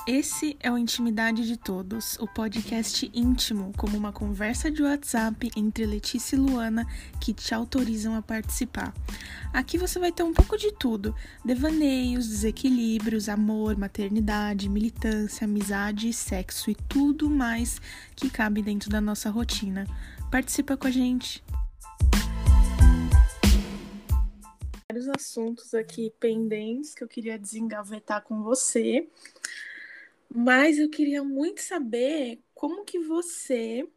Esse é o Intimidade de Todos, o podcast íntimo, como uma conversa de WhatsApp entre Letícia e Luana que te autorizam a participar. Aqui você vai ter um pouco de tudo: devaneios, desequilíbrios, amor, maternidade, militância, amizade, sexo e tudo mais que cabe dentro da nossa rotina. Participa com a gente! Vários assuntos aqui pendentes que eu queria desengavetar com você. Mas eu queria muito saber como que você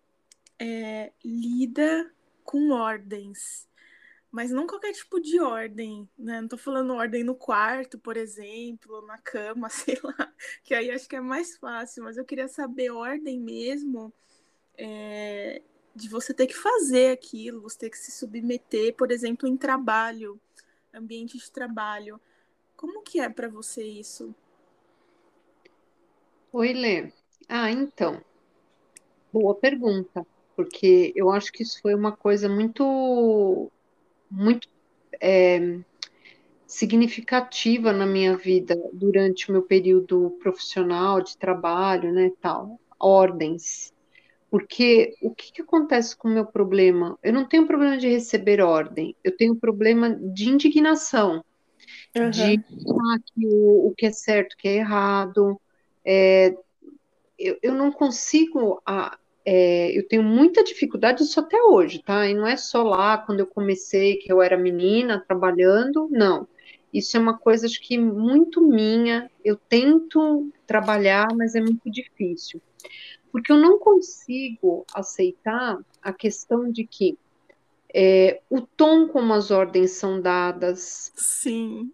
lida com ordens. Mas não qualquer tipo de ordem, né? Não tô falando ordem no quarto, por exemplo, ou na cama, sei lá, que aí acho que é mais fácil. Mas eu queria saber ordem mesmo, de você ter que fazer aquilo, você ter que se submeter, por exemplo, em trabalho, ambiente de trabalho. Como que é para você isso? Oi, Lê. Então, boa pergunta, porque eu acho que isso foi uma coisa muito significativa na minha vida durante o meu período profissional de trabalho, né, tal, ordens. Porque o que que acontece com o meu problema? Eu não tenho problema de receber ordem, eu tenho problema de indignação, de Aham. achar que o que é certo, o que é errado. É, eu não consigo. Eu tenho muita dificuldade, isso até hoje, tá? E não é só lá quando eu comecei, que eu era menina trabalhando, não. Isso é uma coisa, acho que muito minha. Eu tento trabalhar, mas é muito difícil. Porque eu não consigo aceitar a questão de que o tom como as ordens são dadas, Sim.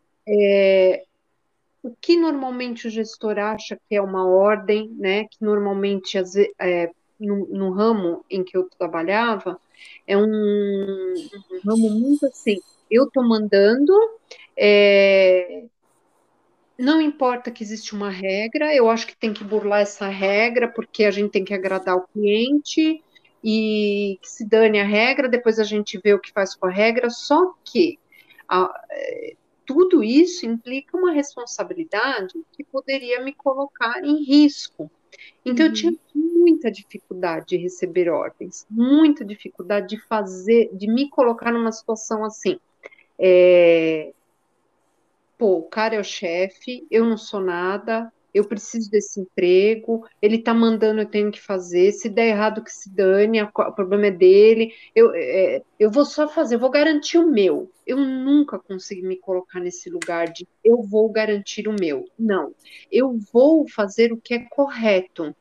o que normalmente o gestor acha que é uma ordem, né? Que normalmente no ramo em que eu trabalhava é um ramo muito assim. Eu estou mandando, é, não importa que existe uma regra, eu acho que tem que burlar essa regra porque a gente tem que agradar o cliente e que se dane a regra, depois a gente vê o que faz com a regra. Só que a- tudo isso implica uma responsabilidade que poderia me colocar em risco. Então, eu tinha Uhum. muita dificuldade de receber ordens, muita dificuldade de fazer, de me colocar numa situação assim. É, Pô, o cara é o chefe, eu não sou nada, eu preciso desse emprego, ele tá mandando, eu tenho que fazer, se der errado que se dane, o problema é dele, eu vou só fazer, eu vou garantir o meu. Eu nunca consegui me colocar nesse lugar de eu vou garantir o meu. Não, eu vou fazer o que é correto.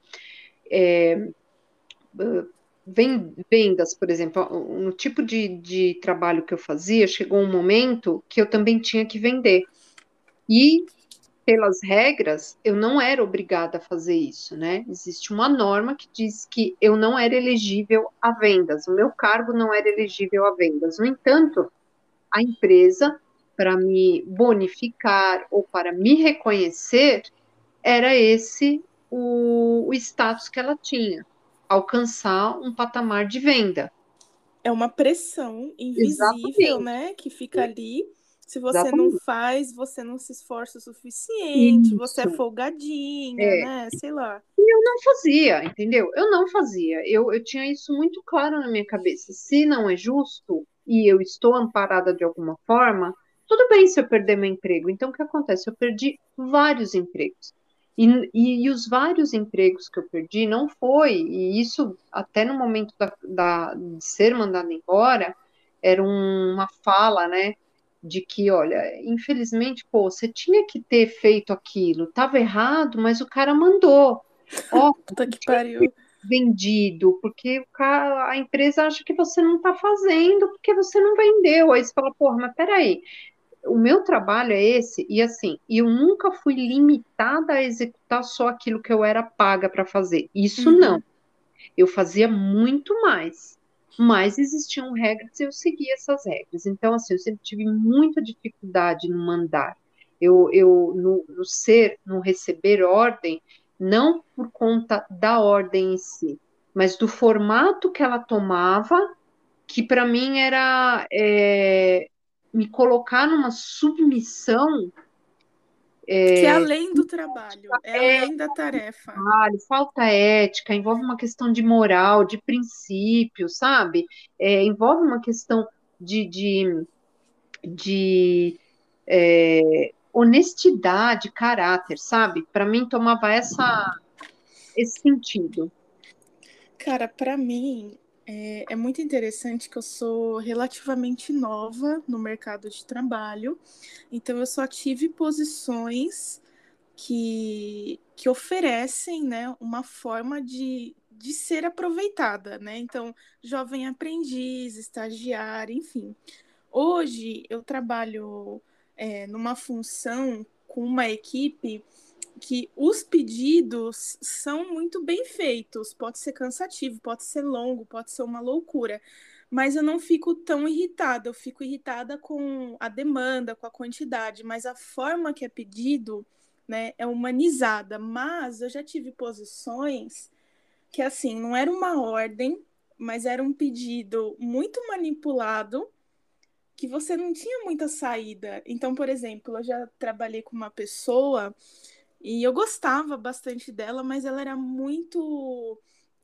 Vendas, por exemplo, no tipo de trabalho que eu fazia, chegou um momento que eu também tinha que vender. E pelas regras, eu não era obrigada a fazer isso, né? Existe uma norma que diz que eu não era elegível a vendas, o meu cargo não era elegível a vendas. No entanto, a empresa, para me bonificar ou para me reconhecer, era esse o status que ela tinha, alcançar um patamar de venda. É uma pressão invisível, Exatamente, né, que fica ali. Se você não exatamente. faz, você não se esforça o suficiente, você é Isso. folgadinha, É, né? Sei lá. não fazia, entendeu? Eu não fazia. Eu tinha isso muito claro na minha cabeça. Se não é justo e eu estou amparada de alguma forma, tudo bem se eu perder meu emprego. Então, o que acontece? Eu perdi vários empregos. E os vários empregos que eu perdi não foi, e isso até no momento de ser mandada embora, era uma fala, né? De que, olha, infelizmente, pô, você tinha que ter feito aquilo, estava errado, mas o cara mandou. Ó, Puta que pariu. vendido, porque a empresa acha que você não está fazendo porque você não vendeu. Aí você fala, porra, mas peraí, o meu trabalho é esse, e assim, eu nunca fui limitada a executar só aquilo que eu era paga para fazer. Isso não. Uhum. Eu fazia muito mais. Mas existiam regras e eu seguia essas regras. Então, assim, eu sempre tive muita dificuldade no mandar. No ser, no receber ordem, não por conta da ordem em si, mas do formato que ela tomava, que para mim era me colocar numa submissão Que é além do trabalho, é além da tarefa. Trabalho, falta ética, envolve uma questão de moral, de princípio, sabe? Envolve uma questão de honestidade, caráter, sabe? Para mim, tomava esse sentido. Cara, para mim é muito interessante que eu sou relativamente nova no mercado de trabalho, então eu só tive posições que oferecem, né, uma forma de ser aproveitada, né? Então, jovem aprendiz, estagiário, enfim. Hoje eu trabalho numa função com uma equipe que os pedidos são muito bem feitos. Pode ser cansativo, pode ser longo, pode ser uma loucura. Mas eu não fico tão irritada, eu fico irritada com a demanda, com a quantidade, mas a forma que é pedido, né, é humanizada. Mas eu já tive posições que, assim, não era uma ordem, mas era um pedido muito manipulado que você não tinha muita saída. Então, por exemplo, eu já trabalhei com uma pessoa e eu gostava bastante dela, mas ela era muito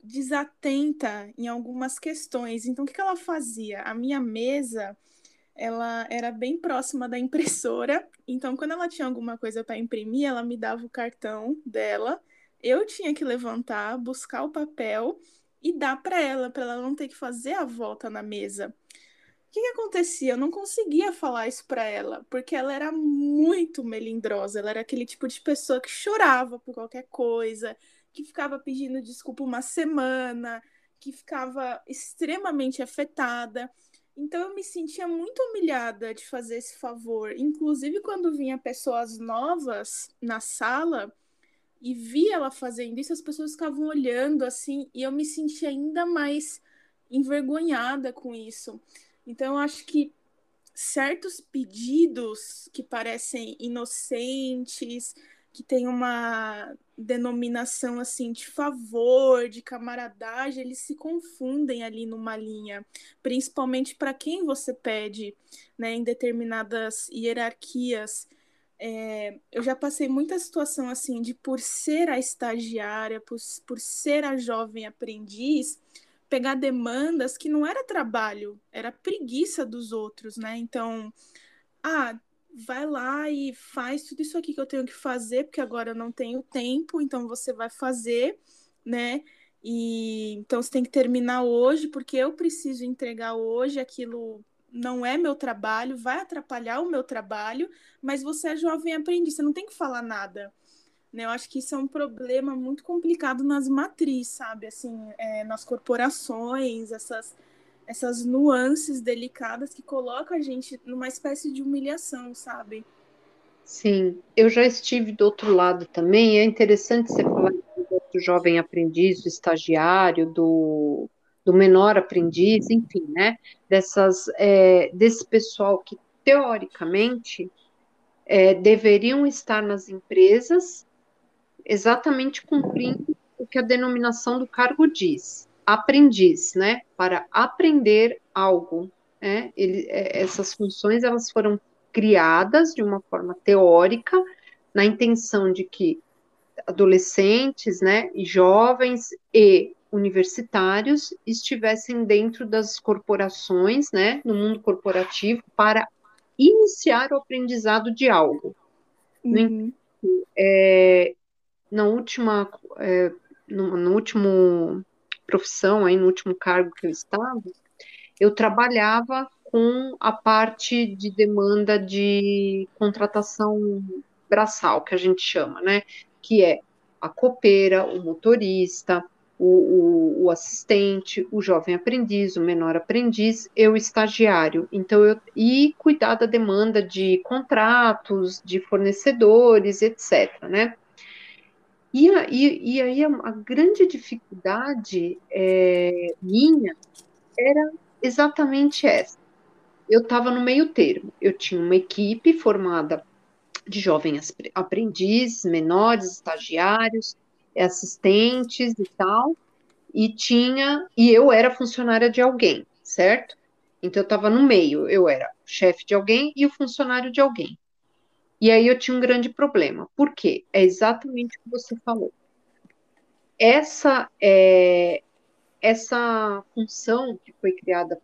desatenta em algumas questões. Então, o que que ela fazia? A minha mesa, ela era bem próxima da impressora. Então, quando ela tinha alguma coisa para imprimir, ela me dava o cartão dela. Eu tinha que levantar, buscar o papel e dar para ela não ter que fazer a volta na mesa. O que que acontecia? Eu não conseguia falar isso para ela, porque ela era muito melindrosa. Ela era aquele tipo de pessoa que chorava por qualquer coisa, que ficava pedindo desculpa uma semana, que ficava extremamente afetada. Então eu me sentia muito humilhada de fazer esse favor. Inclusive quando vinha pessoas novas na sala e via ela fazendo isso, as pessoas ficavam olhando assim, e eu me sentia ainda mais envergonhada com isso. Então, eu acho que certos pedidos que parecem inocentes, que têm uma denominação assim de favor, de camaradagem, eles se confundem ali numa linha, principalmente para quem você pede, né, em determinadas hierarquias. Eu já passei muita situação assim de por ser a estagiária, por ser a jovem aprendiz, pegar demandas que não era trabalho, era preguiça dos outros, né? Então, vai lá e faz tudo isso aqui que eu tenho que fazer, porque agora eu não tenho tempo, então você vai fazer, né? E então você tem que terminar hoje, porque eu preciso entregar hoje, aquilo não é meu trabalho, vai atrapalhar o meu trabalho, mas você é jovem aprendiz, você não tem que falar nada. Né? Eu acho que isso é um problema muito complicado nas matrizes, sabe? Assim, nas corporações, essas nuances delicadas que colocam a gente numa espécie de humilhação, sabe? Sim, eu já estive do outro lado também. É interessante você falar do jovem aprendiz, do estagiário, do menor aprendiz, enfim, né? Desse pessoal que, teoricamente, deveriam estar nas empresas exatamente cumprindo o que a denominação do cargo diz, aprendiz, né? Para aprender algo, né? Essas funções elas foram criadas de uma forma teórica, na intenção de que adolescentes, né, e jovens e universitários estivessem dentro das corporações, né, no mundo corporativo, para iniciar o aprendizado de algo. No entanto, Uhum. na última, no último profissão, aí, no último cargo que eu estava, eu trabalhava com a parte de demanda de contratação braçal, que a gente chama, né? Que é a copeira, o motorista, o assistente, o jovem aprendiz, o menor aprendiz, eu estagiário. Então, e cuidar da demanda de contratos, de fornecedores, etc., né? E aí a grande dificuldade minha era exatamente essa. Eu estava no meio termo. Eu tinha uma equipe formada de jovens aprendizes, menores, estagiários, assistentes e tal, e eu era funcionária de alguém, certo? Então eu estava no meio, eu era chefe de alguém e o funcionário de alguém. E aí eu tinha um grande problema. Por quê? É exatamente o que você falou. Essa, essa função que foi criada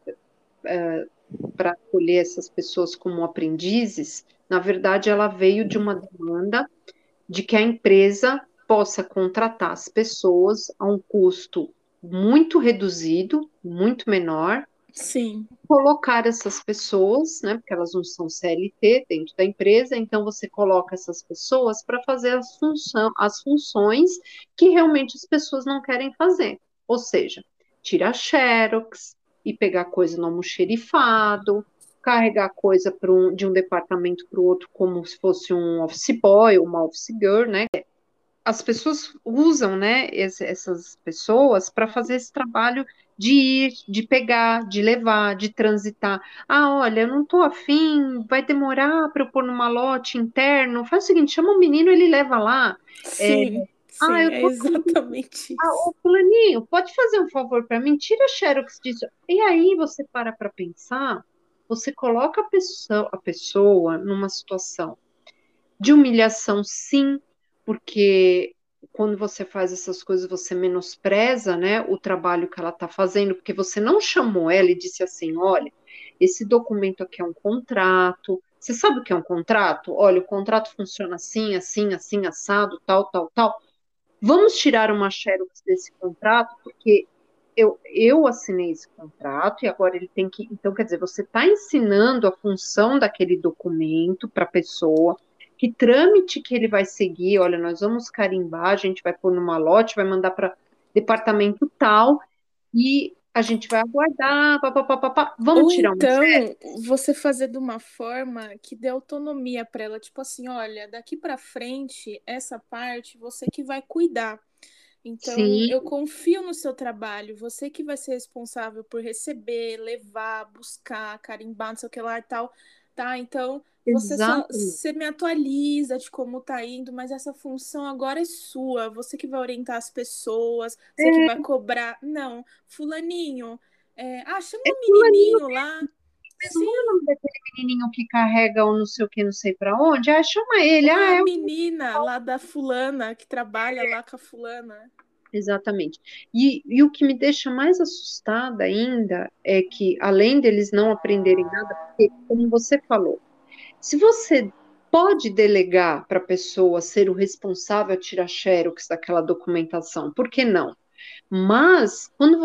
para acolher essas pessoas como aprendizes, na verdade, ela veio de uma demanda de que a empresa possa contratar as pessoas a um custo muito reduzido, muito menor, Sim, colocar essas pessoas, né, porque elas não são CLT dentro da empresa, então você coloca essas pessoas para fazer as funções que realmente as pessoas não querem fazer. Ou seja, tirar xerox e pegar coisa no almoxerifado, carregar coisa de um departamento para o outro como se fosse um office boy ou uma office girl, né? As pessoas usam, né, essas pessoas para fazer esse trabalho de ir, de pegar, de levar, de transitar. Ah, olha, eu não estou afim, vai demorar para eu pôr no malote interno. Faz o seguinte, chama um menino, ele leva lá. É, sim, ah, sim, eu é tô. exatamente Ah, isso. ô fulaninho, pode fazer um favor para mim? Tira a xerox disso. E aí você para pensar, você coloca a pessoa numa situação de humilhação, sim, porque quando você faz essas coisas, você menospreza, né, o trabalho que ela está fazendo, porque você não chamou ela e disse assim: olha, esse documento aqui é um contrato. Você sabe o que é um contrato? Olha, o contrato funciona assim, assim, assim, assado, tal, tal, tal. Vamos tirar uma xerox desse contrato, porque eu assinei esse contrato e agora ele tem que. Então, quer dizer, você está ensinando a função daquele documento para a pessoa, que trâmite que ele vai seguir. Olha, nós vamos carimbar, a gente vai pôr numa lote, vai mandar para departamento tal e a gente vai aguardar. Pá, pá, pá, pá, pá. Ou Vamos tirar uma então xerox? você fazer de uma forma que dê autonomia para ela, tipo assim, olha, daqui para frente, essa parte você que vai cuidar. Então, Sim, eu confio no seu trabalho, você que vai ser responsável por receber, levar, buscar, carimbar, não sei o que lá e tal, tá? Então, você só exatamente. você me atualiza de como tá indo, mas essa função agora é sua, você que vai orientar as pessoas, você que vai cobrar. Não, fulaninho, chama É um fulaninho menininho lá. mesmo, não é o Sim, nome daquele menininho que carrega o não sei o que, não sei para onde? Ah, chama ele. ou Ah, a é. menina lá da fulana que trabalha lá com a fulana. Exatamente. E o que me deixa mais assustada ainda é que, além deles não aprenderem nada, porque, como você falou, se você pode delegar para a pessoa ser o responsável a tirar xerox daquela documentação, por que não? Mas, quando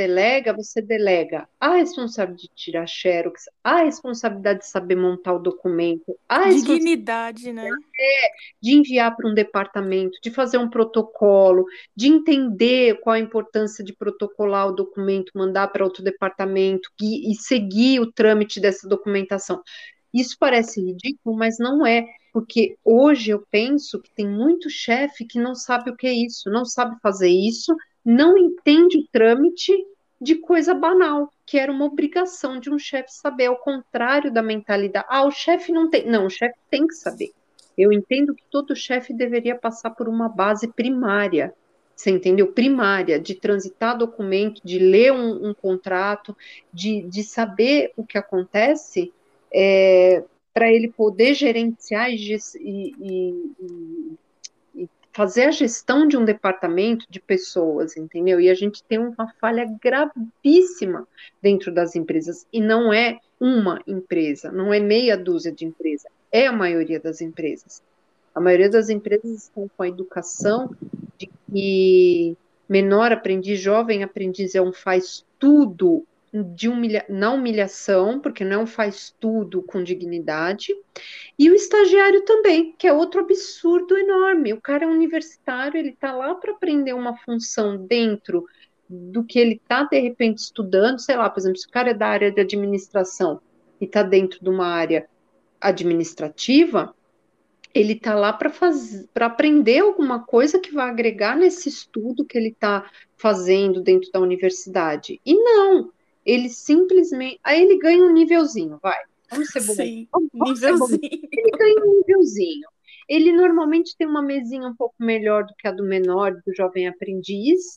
você delega a responsabilidade de tirar xerox, a responsabilidade de saber montar o documento, a responsabilidade Dignidade, né? de enviar para um departamento, de fazer um protocolo, de entender qual a importância de protocolar o documento, mandar para outro departamento e seguir o trâmite dessa documentação. Isso parece ridículo, mas não é, porque hoje eu penso que tem muito chefe que não sabe o que é isso, não sabe fazer isso, não entende o trâmite de coisa banal, que era uma obrigação de um chefe saber, ao contrário da mentalidade. Ah, o chefe não tem. Não, o chefe tem que saber. Eu entendo que todo chefe deveria passar por uma base primária, você entendeu? Primária, de transitar documento, de ler um contrato, de saber o que acontece, para ele poder gerenciar e fazer a gestão de um departamento de pessoas, entendeu? E a gente tem uma falha gravíssima dentro das empresas, e não é uma empresa, não é meia dúzia de empresas, é a maioria das empresas. A maioria das empresas estão com a educação de que menor aprendiz, jovem aprendiz é um faz tudo na humilhação, porque não é um faz tudo com dignidade, e o estagiário também, que é outro absurdo enorme. O cara é universitário, ele está lá para aprender uma função dentro do que ele está, de repente, estudando, sei lá, por exemplo, se o cara é da área de administração e está dentro de uma área administrativa, ele está lá para aprender alguma coisa que vai agregar nesse estudo que ele está fazendo dentro da universidade. E não, ele simplesmente. Aí ele ganha um nívelzinho, vai. Vamos ser bom. Sim, Vamos ser bom. nívelzinho. Ele ganha um nívelzinho. Ele normalmente tem uma mesinha um pouco melhor do que a do menor, do jovem aprendiz.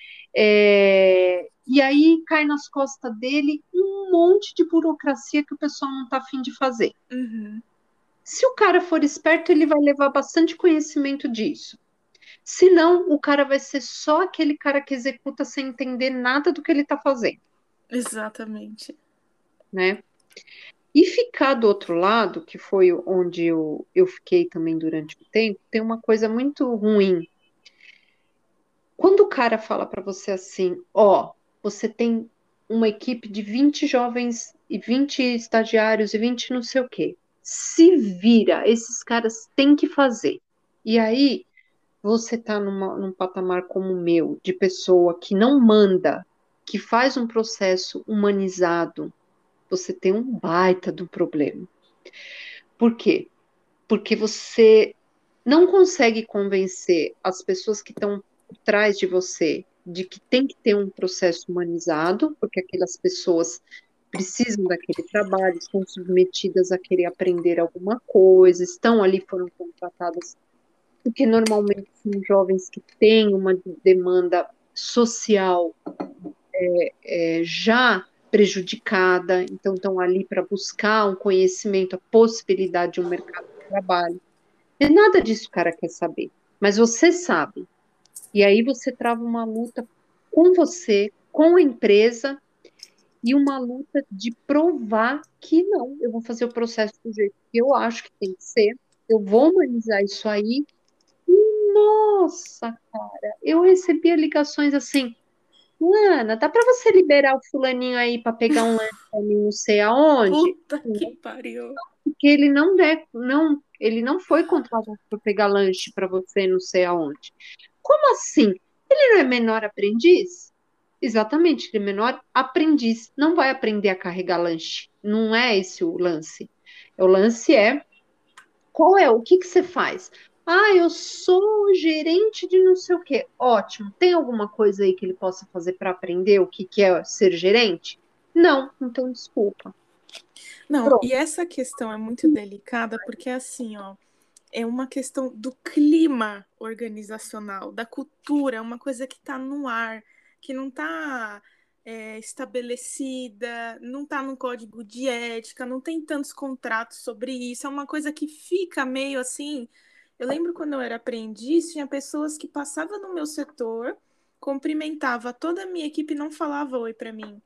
E aí cai nas costas dele um monte de burocracia que o pessoal não está afim de fazer. Uhum. Se o cara for esperto, ele vai levar bastante conhecimento disso. Se não, o cara vai ser só aquele cara que executa sem entender nada do que ele está fazendo, Exatamente. né? E ficar do outro lado, que foi onde eu fiquei também durante o tempo, tem uma coisa muito ruim. Quando o cara fala para você assim, ó, você tem uma equipe de 20 jovens e 20 estagiários e 20 não sei o quê. Se vira, esses caras têm que fazer. E aí, você tá num patamar como o meu, de pessoa que não manda, que faz um processo humanizado, você tem um baita do problema. Por quê? Porque você não consegue convencer as pessoas que estão por trás de você de que tem que ter um processo humanizado, porque aquelas pessoas precisam daquele trabalho, estão submetidas a querer aprender alguma coisa, estão ali, foram contratadas, porque normalmente são jovens que têm uma demanda social já prejudicada, então estão ali para buscar um conhecimento, a possibilidade de um mercado de trabalho. E nada disso o cara quer saber, mas você sabe. E aí você trava uma luta com você, com a empresa, e uma luta de provar que não, eu vou fazer o processo do jeito que eu acho que tem que ser, eu vou humanizar isso aí. Nossa, cara, eu recebia ligações assim, Ana, dá para você liberar o fulaninho aí para pegar um lanche pra mim não sei aonde? Puta que pariu. Porque ele não foi contratado para pegar lanche para você não sei aonde. Como assim? Ele não é menor aprendiz? Exatamente, ele é menor aprendiz, não vai aprender a carregar lanche. Não é esse o lance. O lance é qual é? O que que você faz? Ah, eu sou gerente de não sei o quê. Ótimo. Tem alguma coisa aí que ele possa fazer para aprender o que que é ser gerente? Não, então desculpa. Não, Pronto. e essa questão é muito delicada porque assim, ó, é uma questão do clima organizacional, da cultura, é uma coisa que está no ar, que não está estabelecida, não está no código de ética, não tem tantos contratos sobre isso, é uma coisa que fica meio assim. Eu lembro quando eu era aprendiz, tinha pessoas que passavam no meu setor, cumprimentava toda a minha equipe e não falava oi para mim.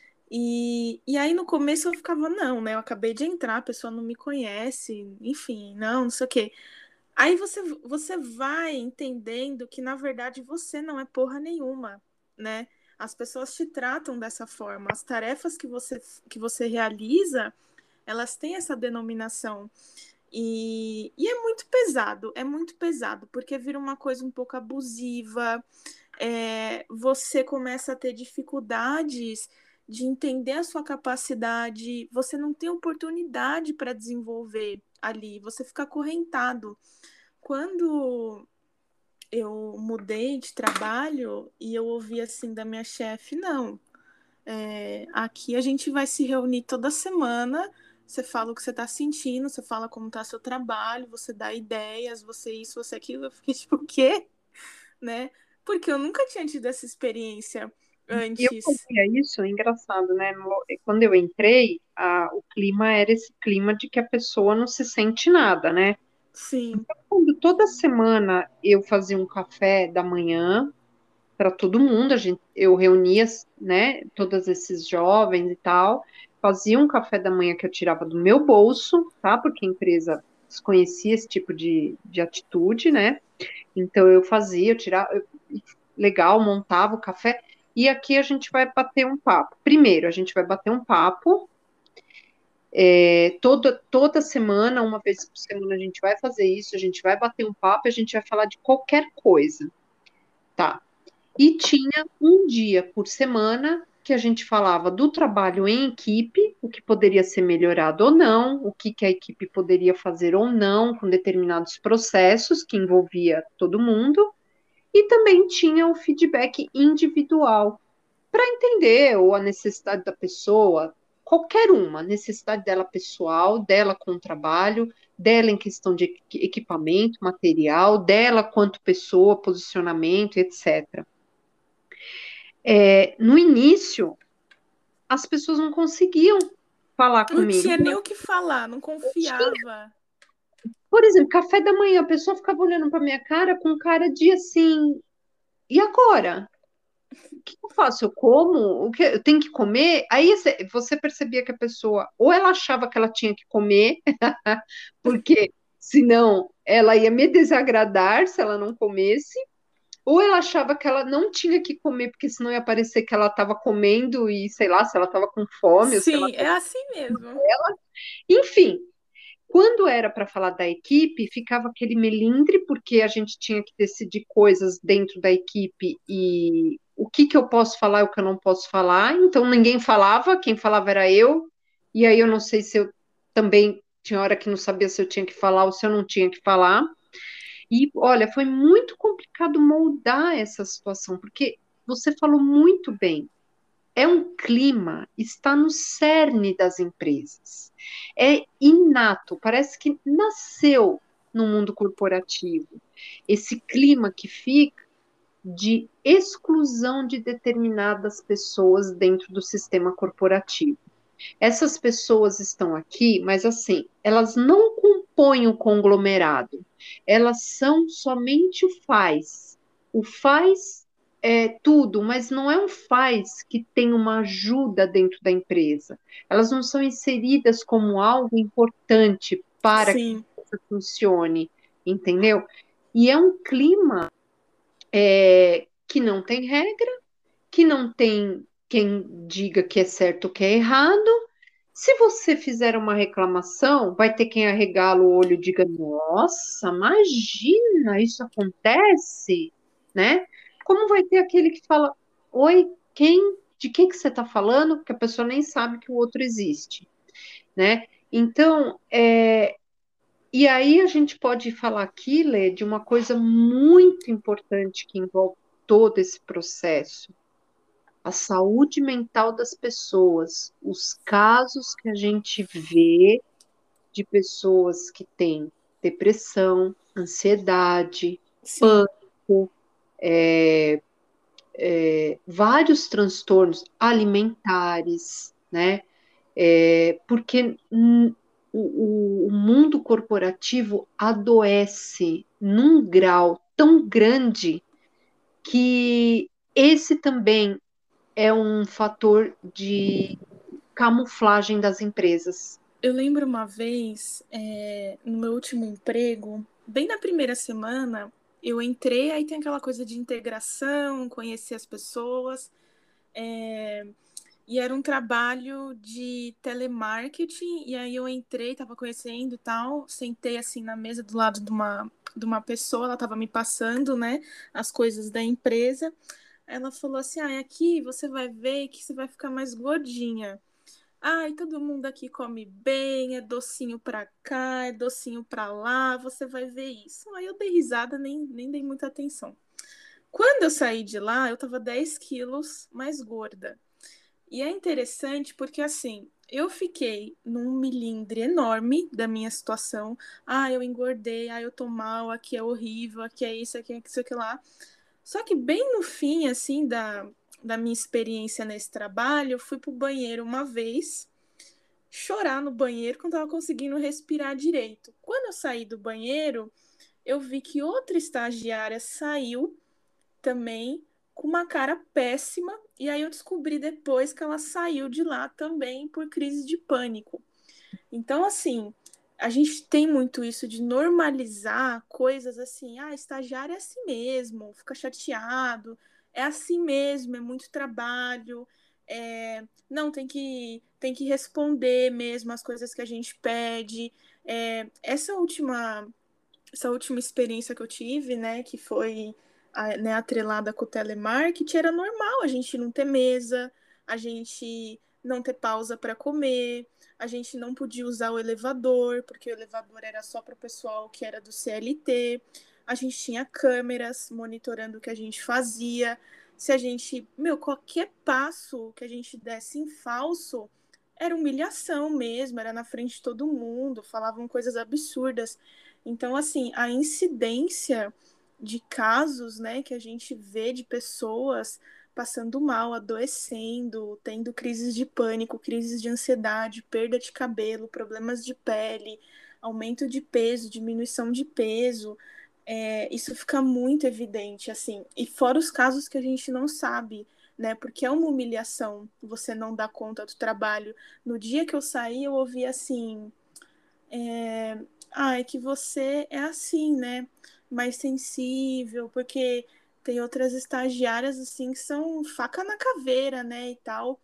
E aí no começo eu ficava, não, né? Eu acabei de entrar, a pessoa não me conhece, enfim, não sei o quê. Aí você vai entendendo que, na verdade, você não é porra nenhuma, né? As pessoas te tratam dessa forma. As tarefas que você realiza, elas têm essa denominação. E é muito pesado, porque vira uma coisa um pouco abusiva, você começa a ter dificuldades de entender a sua capacidade, você não tem oportunidade para desenvolver ali, você fica acorrentado. Quando eu mudei de trabalho e eu ouvi assim da minha chefe, não, aqui a gente vai se reunir toda semana, você fala o que você está sentindo, você fala como está seu trabalho, você dá ideias, você isso, você aquilo. Eu fiquei tipo, o quê? Né? Porque eu nunca tinha tido essa experiência E eu antes. fazia isso, é engraçado, né? Quando eu entrei, o clima era esse clima de que a pessoa não se sente nada, né? Sim. Quando toda semana eu fazia um café da manhã para todo mundo, eu reunia, né, todos esses jovens e tal, fazia um café da manhã que eu tirava do meu bolso, tá? Porque a empresa desconhecia esse tipo de atitude, né? Então eu fazia, eu tirava, legal, montava o café. E aqui a gente vai bater um papo. Primeiro, a gente vai bater um papo. Toda semana, uma vez por semana, a gente vai fazer isso, a gente vai bater um papo, a gente vai falar de qualquer coisa, tá? E tinha um dia por semana que a gente falava do trabalho em equipe, o que poderia ser melhorado ou não, o que que a equipe poderia fazer ou não com determinados processos que envolvia todo mundo, e também tinha o feedback individual para entender ou a necessidade da pessoa, qualquer uma, a necessidade dela pessoal, dela com o trabalho, dela em questão de equipamento, material, dela quanto pessoa, posicionamento, etc. No início, as pessoas não conseguiam falar Não comigo. tinha nem o que falar, não confiava. Por exemplo, café da manhã, a pessoa ficava olhando para minha cara com cara de assim, e agora? O que eu faço? Eu como? O que eu tenho que comer? Aí você percebia que a pessoa, ou ela achava que ela tinha que comer, porque senão ela ia me desagradar se ela não comesse, ou ela achava que ela não tinha que comer, porque senão ia parecer que ela estava comendo e sei lá, se ela estava com fome, ou se ela. Sim, é assim mesmo. Enfim, quando era para falar da equipe, ficava aquele melindre, porque a gente tinha que decidir coisas dentro da equipe e o que que eu posso falar e o que eu não posso falar. Então ninguém falava, quem falava era eu. E aí eu não sei se eu também tinha hora que não sabia se eu tinha que falar ou se eu não tinha que falar. E olha, foi muito complicado moldar essa situação, porque você falou muito bem. É um clima, está no cerne das empresas. É inato, parece que nasceu no mundo corporativo. Esse clima que fica de exclusão de determinadas pessoas dentro do sistema corporativo. Essas pessoas estão aqui, mas assim, elas não compõem o conglomerado, elas são somente o faz. O faz é tudo, mas não é um faz que tem uma ajuda dentro da empresa. Elas não são inseridas como algo importante para que a Sim, empresa funcione, entendeu? E é um clima que não tem regra, que não tem quem diga que é certo ou que é errado. Se você fizer uma reclamação, vai ter quem arregala o olho e diga: Nossa, imagina, isso acontece, né? Como vai ter aquele que fala: Oi, quem? De que você está falando? Porque a pessoa nem sabe que o outro existe, né? Então, e aí a gente pode falar aqui, Lê, de uma coisa muito importante que envolve todo esse processo, a saúde mental das pessoas, os casos que a gente vê de pessoas que têm depressão, ansiedade, sim. vários transtornos alimentares, né? Porque o mundo corporativo adoece num grau tão grande que esse também é um fator de camuflagem das empresas. Eu lembro uma vez, no meu último emprego, bem na primeira semana, eu entrei, aí tem aquela coisa de integração, conhecer as pessoas, é, e era um trabalho de telemarketing, e aí eu entrei, tava conhecendo e tal, sentei assim na mesa do lado de uma pessoa, ela tava me passando, né, as coisas da empresa. Ela falou assim: ah, aqui você vai ver que você vai ficar mais gordinha. Ai, todo mundo aqui come bem, é docinho pra cá, é docinho pra lá, você vai ver isso. Aí eu dei risada, nem dei muita atenção. Quando eu saí de lá, eu tava 10 quilos mais gorda. E é interessante porque, assim, eu fiquei num milindre enorme da minha situação. Ah, eu engordei, ah, eu tô mal, aqui é horrível, aqui é isso, isso, aqui lá. Só que bem no fim, assim, da minha experiência nesse trabalho, eu fui pro banheiro uma vez, chorar no banheiro quando eu tava conseguindo respirar direito. Quando eu saí do banheiro, eu vi que outra estagiária saiu também com uma cara péssima, e aí eu descobri depois que ela saiu de lá também por crise de pânico. Então, assim, a gente tem muito isso de normalizar coisas assim, ah, estagiário é assim mesmo, fica chateado, é assim mesmo, é muito trabalho, não, tem que responder mesmo as coisas que a gente pede. Essa última experiência que eu tive, né, que foi né, atrelada com o telemarketing, era normal a gente não ter mesa, a gente não ter pausa para comer, a gente não podia usar o elevador, porque o elevador era só para o pessoal que era do CLT, a gente tinha câmeras monitorando o que a gente fazia, se a gente, qualquer passo que a gente desse em falso, era humilhação mesmo, era na frente de todo mundo, falavam coisas absurdas. Então, assim, a incidência de casos, né, que a gente vê de pessoas passando mal, adoecendo, tendo crises de pânico, crises de ansiedade, perda de cabelo, problemas de pele, aumento de peso, diminuição de peso, isso fica muito evidente, assim. E fora os casos que a gente não sabe, né? Porque é uma humilhação você não dar conta do trabalho. No dia que eu saí, eu ouvi assim: é que você é assim, né? Mais sensível, porque tem outras estagiárias assim que são faca na caveira, né? E tal.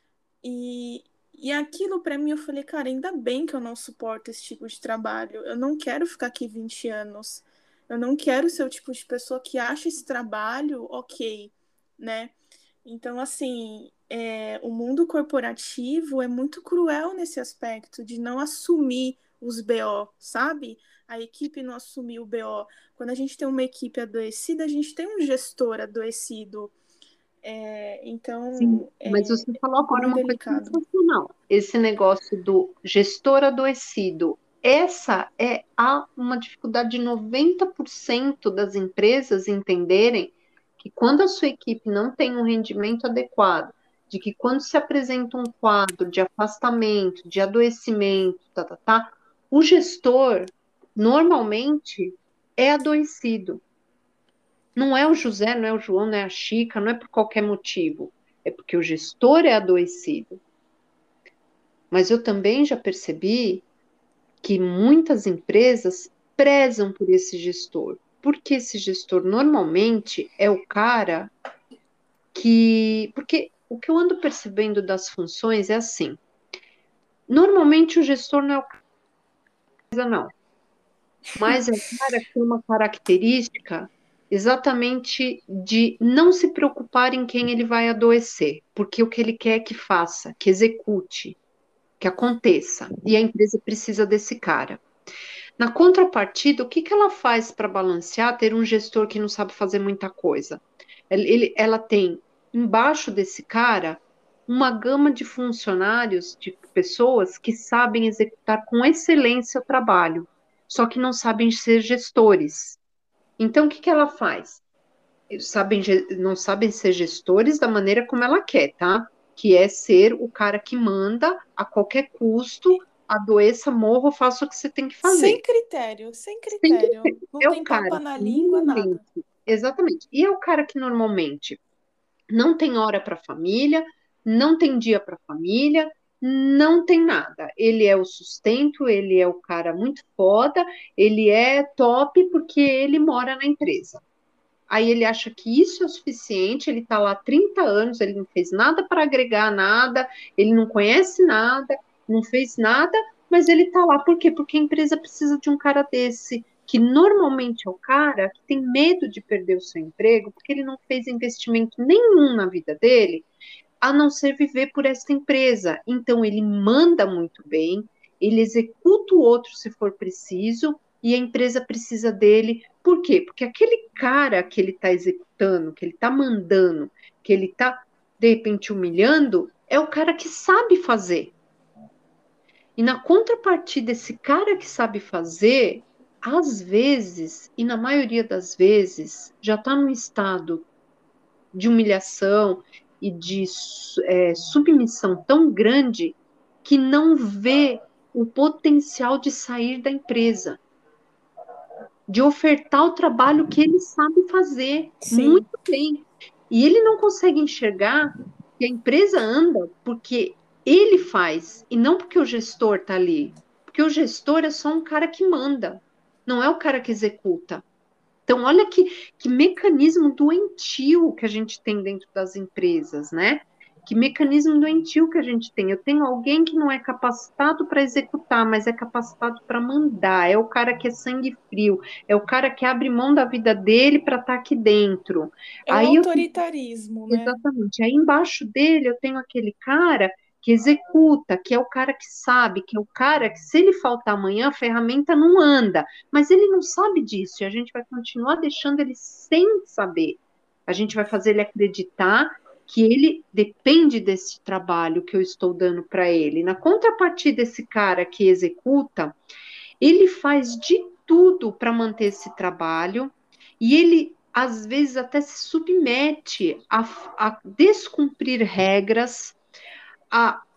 E aquilo para mim eu falei, cara, ainda bem que eu não suporto esse tipo de trabalho. Eu não quero ficar aqui 20 anos. Eu não quero ser o tipo de pessoa que acha esse trabalho ok, né? Então, assim, o mundo corporativo é muito cruel nesse aspecto de não assumir os BO, sabe? A equipe não assumir o BO. Quando a gente tem uma equipe adoecida, a gente tem um gestor adoecido. Sim, Então, mas é você falou agora muito uma coisa delicado. sensacional. Esse negócio do gestor adoecido. Essa é uma dificuldade de 90% das empresas entenderem que quando a sua equipe não tem um rendimento adequado, de que quando se apresenta um quadro de afastamento, de adoecimento, o gestor normalmente é adoecido. Não é o José, não é o João, não é a Chica, não é por qualquer motivo. É porque o gestor é adoecido. Mas eu também já percebi que muitas empresas prezam por esse gestor. Porque esse gestor normalmente é o cara que. Porque o que eu ando percebendo das funções é assim: normalmente o gestor não é o cara, não. Mas é o cara que tem uma característica exatamente de não se preocupar em quem ele vai adoecer, porque o que ele quer é que faça, que execute, que aconteça, e a empresa precisa desse cara. Na contrapartida, o que que ela faz para balancear ter um gestor que não sabe fazer muita coisa? Ela tem embaixo desse cara uma gama de funcionários, de pessoas que sabem executar com excelência o trabalho, só que não sabem ser gestores. Então, o que que ela faz? Eles não sabem ser gestores da maneira como ela quer, tá? Que é ser o cara que manda a qualquer custo, adoeça, morra, faça o que você tem que Sem fazer. critério, sem Sempre critério. Não é o tem cara papa na que língua, normalmente, nada. exatamente, e é o cara que normalmente não tem hora para a família, não tem dia para a família, não tem nada. Ele é o sustento, ele é o cara muito foda, ele é top porque ele mora na empresa. Aí ele acha que isso é o suficiente, ele está lá há 30 anos, ele não fez nada para agregar nada, ele não conhece nada, não fez nada, mas ele está lá. Por quê? Porque a empresa precisa de um cara desse, que normalmente é o cara que tem medo de perder o seu emprego, porque ele não fez investimento nenhum na vida dele, a não ser viver por essa empresa. Então, ele manda muito bem, ele executa o outro se for preciso, e a empresa precisa dele. Por quê? Porque aquele cara que ele está executando, que ele está mandando, que ele está, de repente, humilhando, é o cara que sabe fazer. E na contrapartida, esse cara que sabe fazer, às vezes, e na maioria das vezes, já está num estado de humilhação e de submissão tão grande que não vê o potencial de sair da empresa, de ofertar o trabalho que ele sabe fazer Sim. muito bem. E ele não consegue enxergar que a empresa anda porque ele faz e não porque o gestor está ali. Porque o gestor é só um cara que manda, não é o cara que executa. Então, olha que mecanismo doentio que a gente tem dentro das empresas, né? Que mecanismo doentio que a gente tem. Eu tenho alguém que não é capacitado para executar, mas é capacitado para mandar. É o cara que é sangue frio, é o cara que abre mão da vida dele para estar aqui dentro. É o Aí eu autoritarismo, né? Exatamente. Aí embaixo dele eu tenho aquele cara que executa, que é o cara que sabe, que é o cara que, se ele faltar amanhã, a ferramenta não anda. Mas ele não sabe disso e a gente vai continuar deixando ele sem saber. A gente vai fazer ele acreditar que ele depende desse trabalho que eu estou dando para ele. Na contrapartida, esse cara que executa, ele faz de tudo para manter esse trabalho e ele, às vezes, até se submete a descumprir regras, a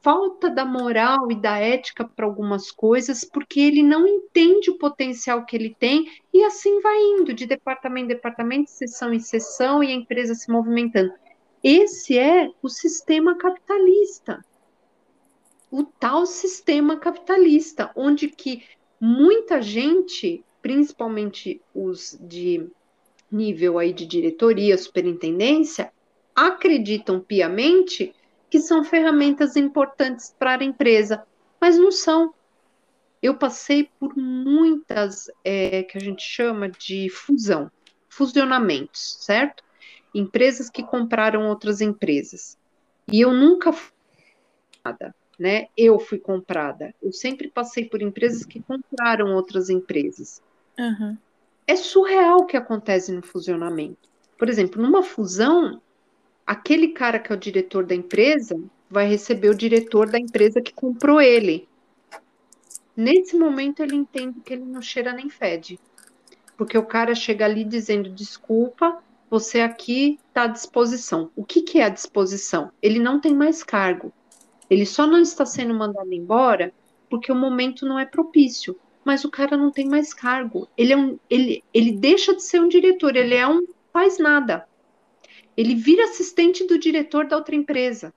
falta da moral e da ética para algumas coisas, porque ele não entende o potencial que ele tem, e assim vai indo de departamento em departamento, sessão em sessão, e a empresa se movimentando. Esse é o sistema capitalista, o tal sistema capitalista, onde que muita gente, principalmente os de nível aí de diretoria, superintendência, acreditam piamente que são ferramentas importantes para a empresa, mas não são. Eu passei por muitas, que a gente chama de fusionamentos, certo? Empresas que compraram outras empresas. E eu nunca fui comprada, né? Eu fui comprada. Eu sempre passei por empresas que compraram outras empresas. Aham. É surreal o que acontece no fusionamento. Por exemplo, numa fusão, aquele cara que é o diretor da empresa vai receber o diretor da empresa que comprou ele. Nesse momento, ele entende que ele não cheira nem fede. Porque o cara chega ali dizendo: desculpa, você aqui está à disposição. O que que é a disposição? Ele não tem mais cargo. Ele só não está sendo mandado embora porque o momento não é propício. Mas o cara não tem mais cargo. Ele deixa de ser um diretor, ele é um faz nada. Ele vira assistente do diretor da outra empresa.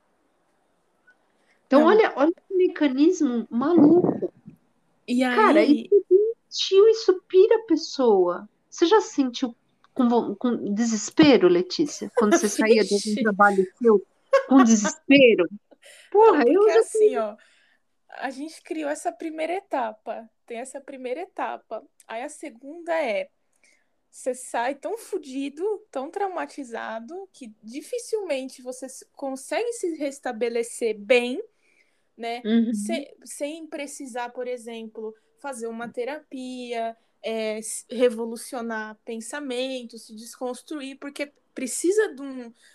Então, Não. olha que mecanismo maluco. E Cara, aí, isso pira a pessoa. Você já se sentiu com desespero, Letícia, quando você saía de algum vixe. trabalho seu com desespero? Não, Porra, porque eu já. assim, ó, a gente criou essa primeira etapa. Tem essa primeira etapa. Aí a segunda é: você sai tão fudido, tão traumatizado, que dificilmente você consegue se restabelecer bem, né? Uhum, Sem precisar, por exemplo, fazer uma terapia, revolucionar pensamentos, se desconstruir, porque precisa de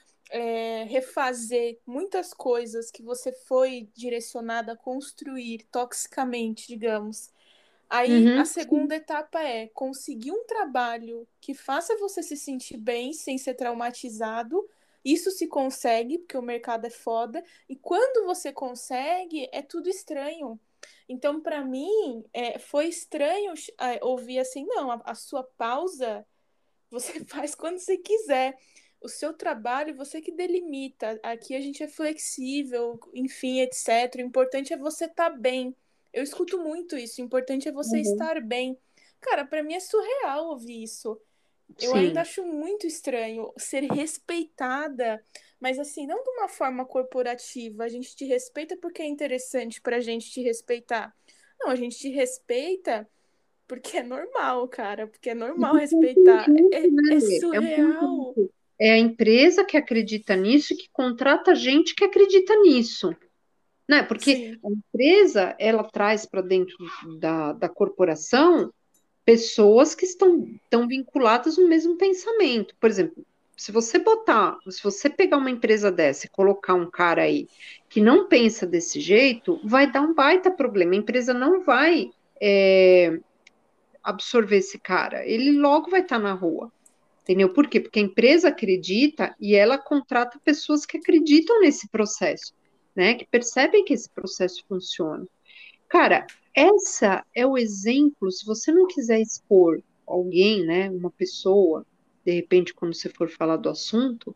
refazer muitas coisas que você foi direcionada a construir toxicamente, digamos. Aí a uhum, sim, segunda etapa é conseguir um trabalho que faça você se sentir bem sem ser traumatizado. Isso se consegue, porque o mercado é foda. E quando você consegue, é tudo estranho. Então, para mim, foi estranho ouvir assim: não, a sua pausa você faz quando você quiser. O seu trabalho, você que delimita. Aqui a gente é flexível, enfim, etc. O importante é você estar bem. Eu escuto muito isso. O importante é você uhum, estar bem. Cara, para mim é surreal ouvir isso. Eu ainda sim. acho muito estranho ser respeitada, mas assim, não de uma forma corporativa. A gente te respeita porque é interessante pra gente te respeitar. Não, a gente te respeita porque é normal, cara. Porque é E normal porque é um respeitar. conjunto, É né, Lê? É um surreal. conjunto. É a empresa que acredita nisso, que contrata gente que acredita nisso, né? Porque Sim, a empresa, ela traz para dentro da corporação pessoas que estão vinculadas no mesmo pensamento. Por exemplo, se você pegar uma empresa dessa e colocar um cara aí que não pensa desse jeito, vai dar um baita problema. A empresa não vai absorver esse cara. Ele logo vai estar na rua. Entendeu? Por quê? Porque a empresa acredita e ela contrata pessoas que acreditam nesse processo, né? Que percebem que esse processo funciona. Cara, essa é o exemplo. Se você não quiser expor alguém, né, uma pessoa, de repente, quando você for falar do assunto,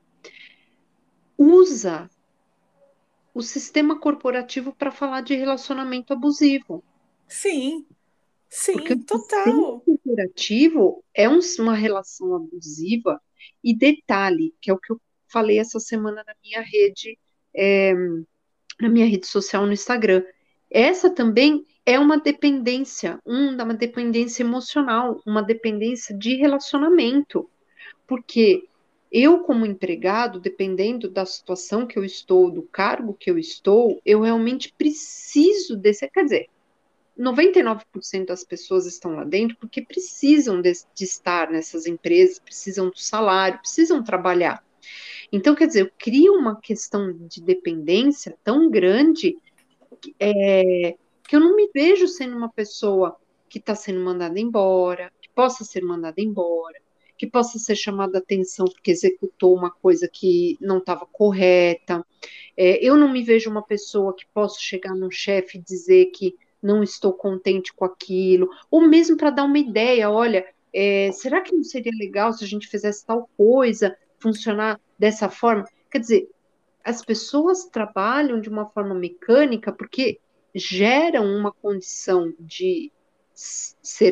usa o sistema corporativo para falar de relacionamento abusivo. sim, Porque sim, o sistema total. corporativo é uma relação abusiva, e detalhe, que é o que eu falei essa semana é, na minha rede social no Instagram. Essa também é uma dependência emocional, uma dependência de relacionamento, porque eu, como empregado, dependendo da situação que eu estou, do cargo que eu estou, eu realmente preciso desse, quer dizer, 99% das pessoas estão lá dentro porque precisam de estar nessas empresas, precisam do salário, precisam trabalhar. Então, quer dizer, eu crio uma questão de dependência tão grande que eu não me vejo sendo uma pessoa que está sendo mandada embora, que possa ser mandada embora. que possa ser chamado a atenção porque executou uma coisa que não estava correta. Eu não me vejo uma pessoa que possa chegar no chefe e dizer que não estou contente com aquilo, ou mesmo para dar uma ideia, olha, será que não seria legal se a gente fizesse tal coisa, funcionar dessa forma? Quer dizer, as pessoas trabalham de uma forma mecânica porque geram uma condição de ser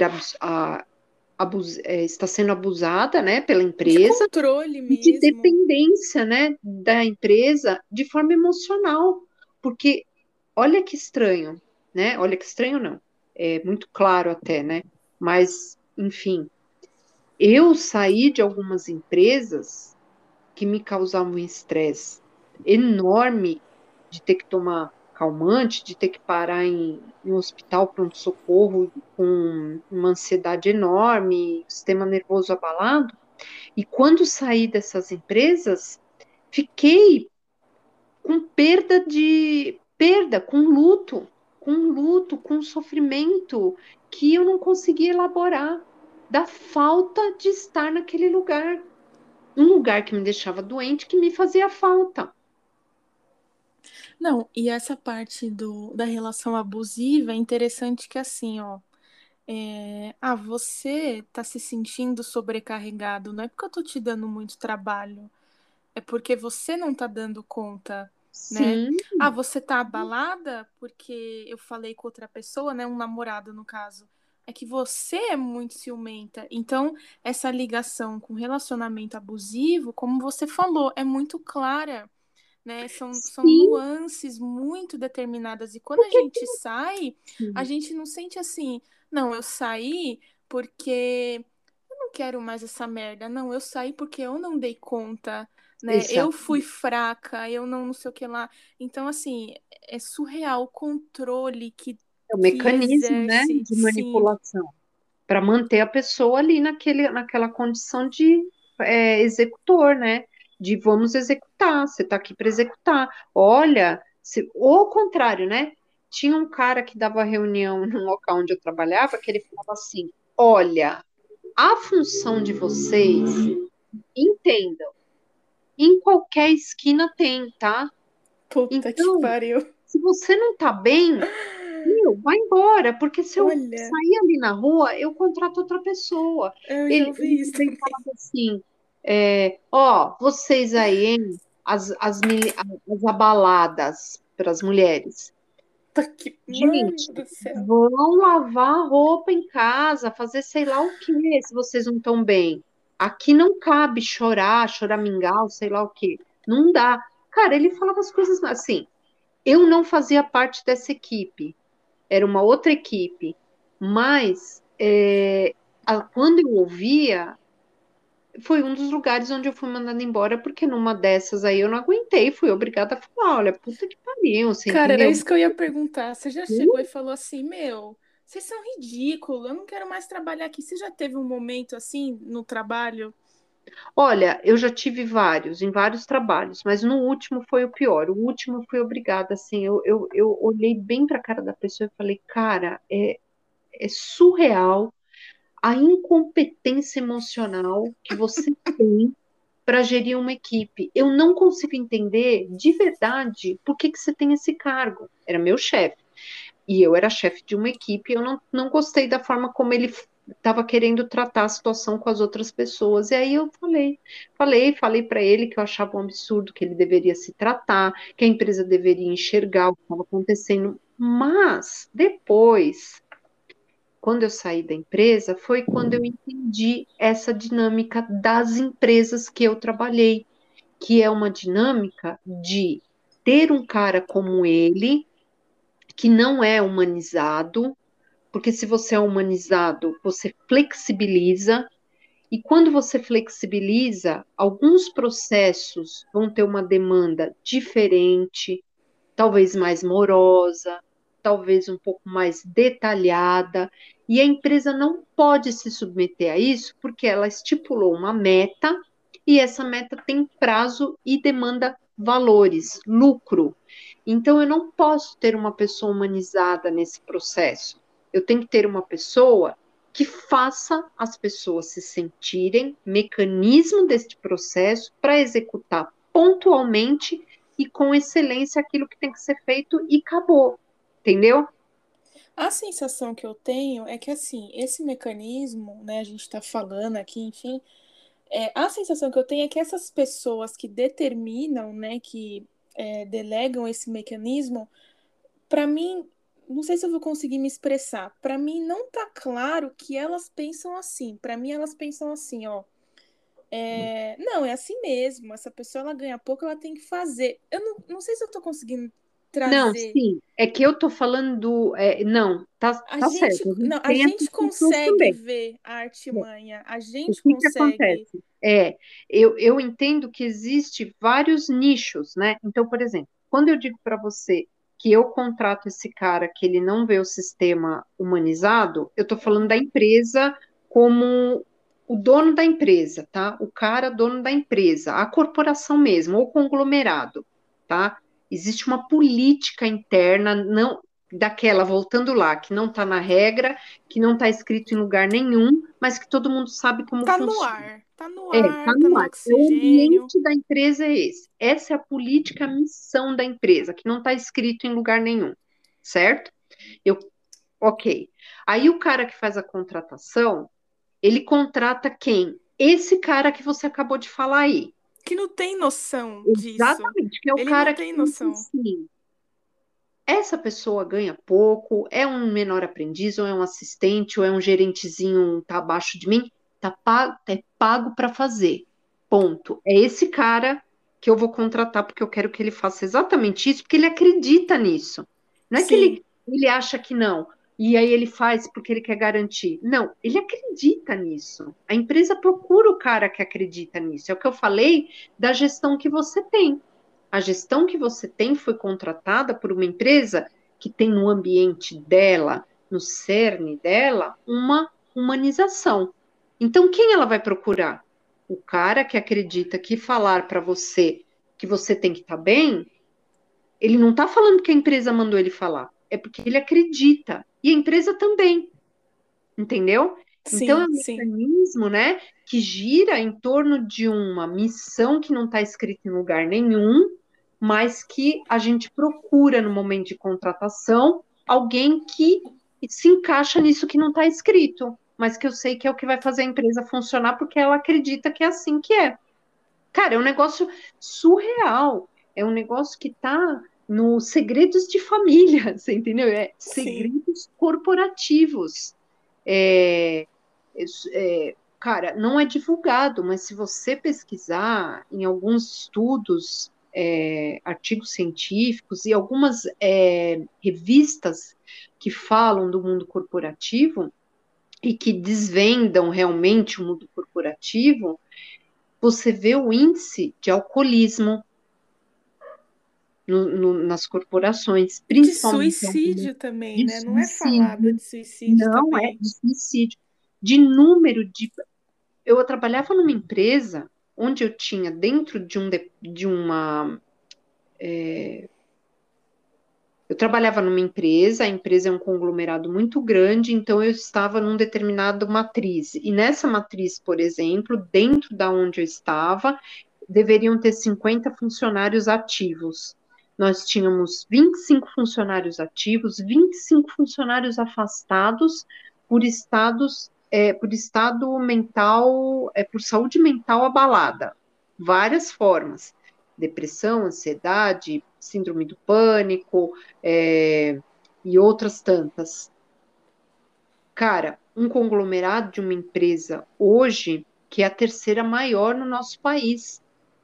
está sendo abusada, né, pela De empresa controle e de mesmo. dependência, né, da empresa de forma emocional, porque olha que estranho, né? Olha que estranho não, é muito claro até, né? Mas, enfim, eu saí de algumas empresas que me causavam um estresse enorme de ter que tomar calmante, de ter que parar em um hospital pronto-socorro com uma ansiedade enorme, sistema nervoso abalado. E quando saí dessas empresas, fiquei com perda, com sofrimento que eu não conseguia elaborar da falta de estar naquele lugar, um lugar que me deixava doente, que me fazia falta. Não, e essa parte da relação abusiva é interessante que assim, ó. Você tá se sentindo sobrecarregado, não é porque eu tô te dando muito trabalho, é porque você não tá dando conta, né? Sim, Você tá abalada porque eu falei com outra pessoa, né? Um namorado, no caso. É que você é muito ciumenta. Então, essa ligação com relacionamento abusivo, como você falou, é muito clara, né? São sim, nuances muito determinadas. E quando a porque gente sai, a gente não sente assim, não, eu saí porque eu não quero mais essa merda. Não, eu saí porque eu não dei conta, né? Eu exato, fui fraca, eu não sei o que lá. Então, assim, é surreal o controle é um que mecanismo, né, exerce, de sim. manipulação para manter a pessoa ali naquela condição de executor, né? De vamos executar, você está aqui para executar. Olha, ou ao contrário, né? Tinha um cara que dava reunião no local onde eu trabalhava, que ele falava assim: olha, a função de vocês, entendam, em qualquer esquina tem, tá? Puta que Então, pariu. se você não tá bem, meu, vai embora, porque se eu Olha, sair ali na rua, eu contrato outra pessoa. eu já Ele ouvi isso também também. falava assim, ó, vocês aí, hein, as abaladas para as mulheres. Tá que... Gente, Mano do céu. vão lavar roupa em casa, fazer sei lá o quê, se vocês não estão bem. Aqui não cabe chorar, choramingar, sei lá o quê. Não dá. Cara, ele falava as coisas assim. Eu não fazia parte dessa equipe, era uma outra equipe, mas quando eu ouvia, foi um dos lugares onde eu fui mandada embora, porque numa dessas aí eu não aguentei, fui obrigada a falar, olha, puta que pariu, você Cara, era entendeu? isso que eu ia perguntar. Você já chegou e falou assim, meu, vocês são ridículos, eu não quero mais trabalhar aqui. Você já teve um momento assim no trabalho? Olha, eu já tive vários, em vários trabalhos, mas no último foi o pior. O último eu fui obrigada, assim, eu olhei bem para a cara da pessoa e falei, cara, é surreal a incompetência emocional que você tem para gerir uma equipe. Eu não consigo entender de verdade por que que você tem esse cargo. Era meu chefe. E eu era chefe de uma equipe, eu não gostei da forma como ele estava querendo tratar a situação com as outras pessoas. E aí eu falei para ele que eu achava um absurdo, que ele deveria se tratar, que a empresa deveria enxergar o que estava acontecendo. Mas depois, quando eu saí da empresa, foi quando eu entendi essa dinâmica das empresas que eu trabalhei, que é uma dinâmica de ter um cara como ele, que não é humanizado, porque se você é humanizado, você flexibiliza, e quando você flexibiliza, alguns processos vão ter uma demanda diferente, talvez mais morosa, talvez um pouco mais detalhada, e a empresa não pode se submeter a isso porque ela estipulou uma meta e essa meta tem prazo e demanda valores, lucro. Então eu não posso ter uma pessoa humanizada nesse processo. Eu tenho que ter uma pessoa que faça as pessoas se sentirem mecanismo deste processo para executar pontualmente e com excelência aquilo que tem que ser feito e acabou, entendeu? A sensação que eu tenho é que, assim, esse mecanismo, né, a gente está falando aqui, enfim, a sensação que eu tenho é que essas pessoas que determinam, né, que delegam esse mecanismo, para mim, não sei se eu vou conseguir me expressar, para mim não tá claro que elas pensam assim. Para mim, elas pensam assim, ó. Não, é assim mesmo. Essa pessoa ela ganha pouco, ela tem que fazer. Eu não sei se eu tô conseguindo Não, trazer. sim, é que eu tô falando não, A tá certo, gente, a gente não, a tem essas gente pessoas consegue também. ver a artimanha, a O gente que que consegue. acontece? Eu entendo que existe vários nichos, né? Então, por exemplo, quando eu digo para você que eu contrato esse cara que ele não vê o sistema humanizado, eu estou falando da empresa como o dono da empresa, tá? O cara dono da empresa, a corporação mesmo, ou o conglomerado, tá? Existe uma política interna, não daquela, voltando lá, que não está na regra, que não está escrito em lugar nenhum, mas que todo mundo sabe como Tá no funciona. ar, tá no Tá ar, tá no no ar. O oxigênio. ambiente da empresa é esse. Essa é a política, a missão da empresa, que não está escrito em lugar nenhum, certo? Eu, ok. Aí o cara que faz a contratação, ele contrata quem? Esse cara que você acabou de falar aí. Que não tem noção disso. Exatamente, que é o Ele não cara que tem pensa noção. assim. Essa pessoa ganha pouco, é um menor aprendiz, ou é um assistente, ou é um gerentezinho, tá abaixo de mim, é pago para fazer. Ponto. É esse cara que eu vou contratar porque eu quero que ele faça exatamente isso, porque ele acredita nisso. Não é que Sim, ele acha que não, e aí ele faz porque ele quer garantir. Não, ele acredita nisso. A empresa procura o cara que acredita nisso. É o que eu falei da gestão que você tem. A gestão que você tem foi contratada por uma empresa que tem no ambiente dela, no cerne dela, uma humanização. Então, quem ela vai procurar? O cara que acredita que falar para você que você tem que estar bem, ele não está falando que a empresa mandou ele falar, é porque ele acredita. E a empresa também, entendeu? Então, é sim, um sim. mecanismo, né, que gira em torno de uma missão que não está escrita em lugar nenhum, mas que a gente procura no momento de contratação alguém que se encaixa nisso que não está escrito, mas que eu sei que é o que vai fazer a empresa funcionar porque ela acredita que é assim que é. Cara, é um negócio surreal, é um negócio que está nos segredos de família, você entendeu? É Sim. segredos corporativos. É, cara, não é divulgado, mas se você pesquisar em alguns estudos, artigos científicos e algumas revistas que falam do mundo corporativo e que desvendam realmente o mundo corporativo, você vê o índice de alcoolismo nas corporações, De principalmente algumas suicídio também, de né? Não é falado suicídio, de suicídio não é também. de suicídio, de número de. Eu trabalhava numa empresa onde eu tinha dentro de uma. Eu trabalhava numa empresa, a empresa é um conglomerado muito grande, então eu estava num determinado matriz. E nessa matriz, por exemplo, dentro da onde eu estava, deveriam ter 50 funcionários ativos. Nós tínhamos 25 funcionários ativos, 25 funcionários afastados por por estado mental, por saúde mental abalada, várias formas, depressão, ansiedade, síndrome do pânico, e outras tantas. Cara, um conglomerado de uma empresa hoje, que é a terceira maior no nosso país,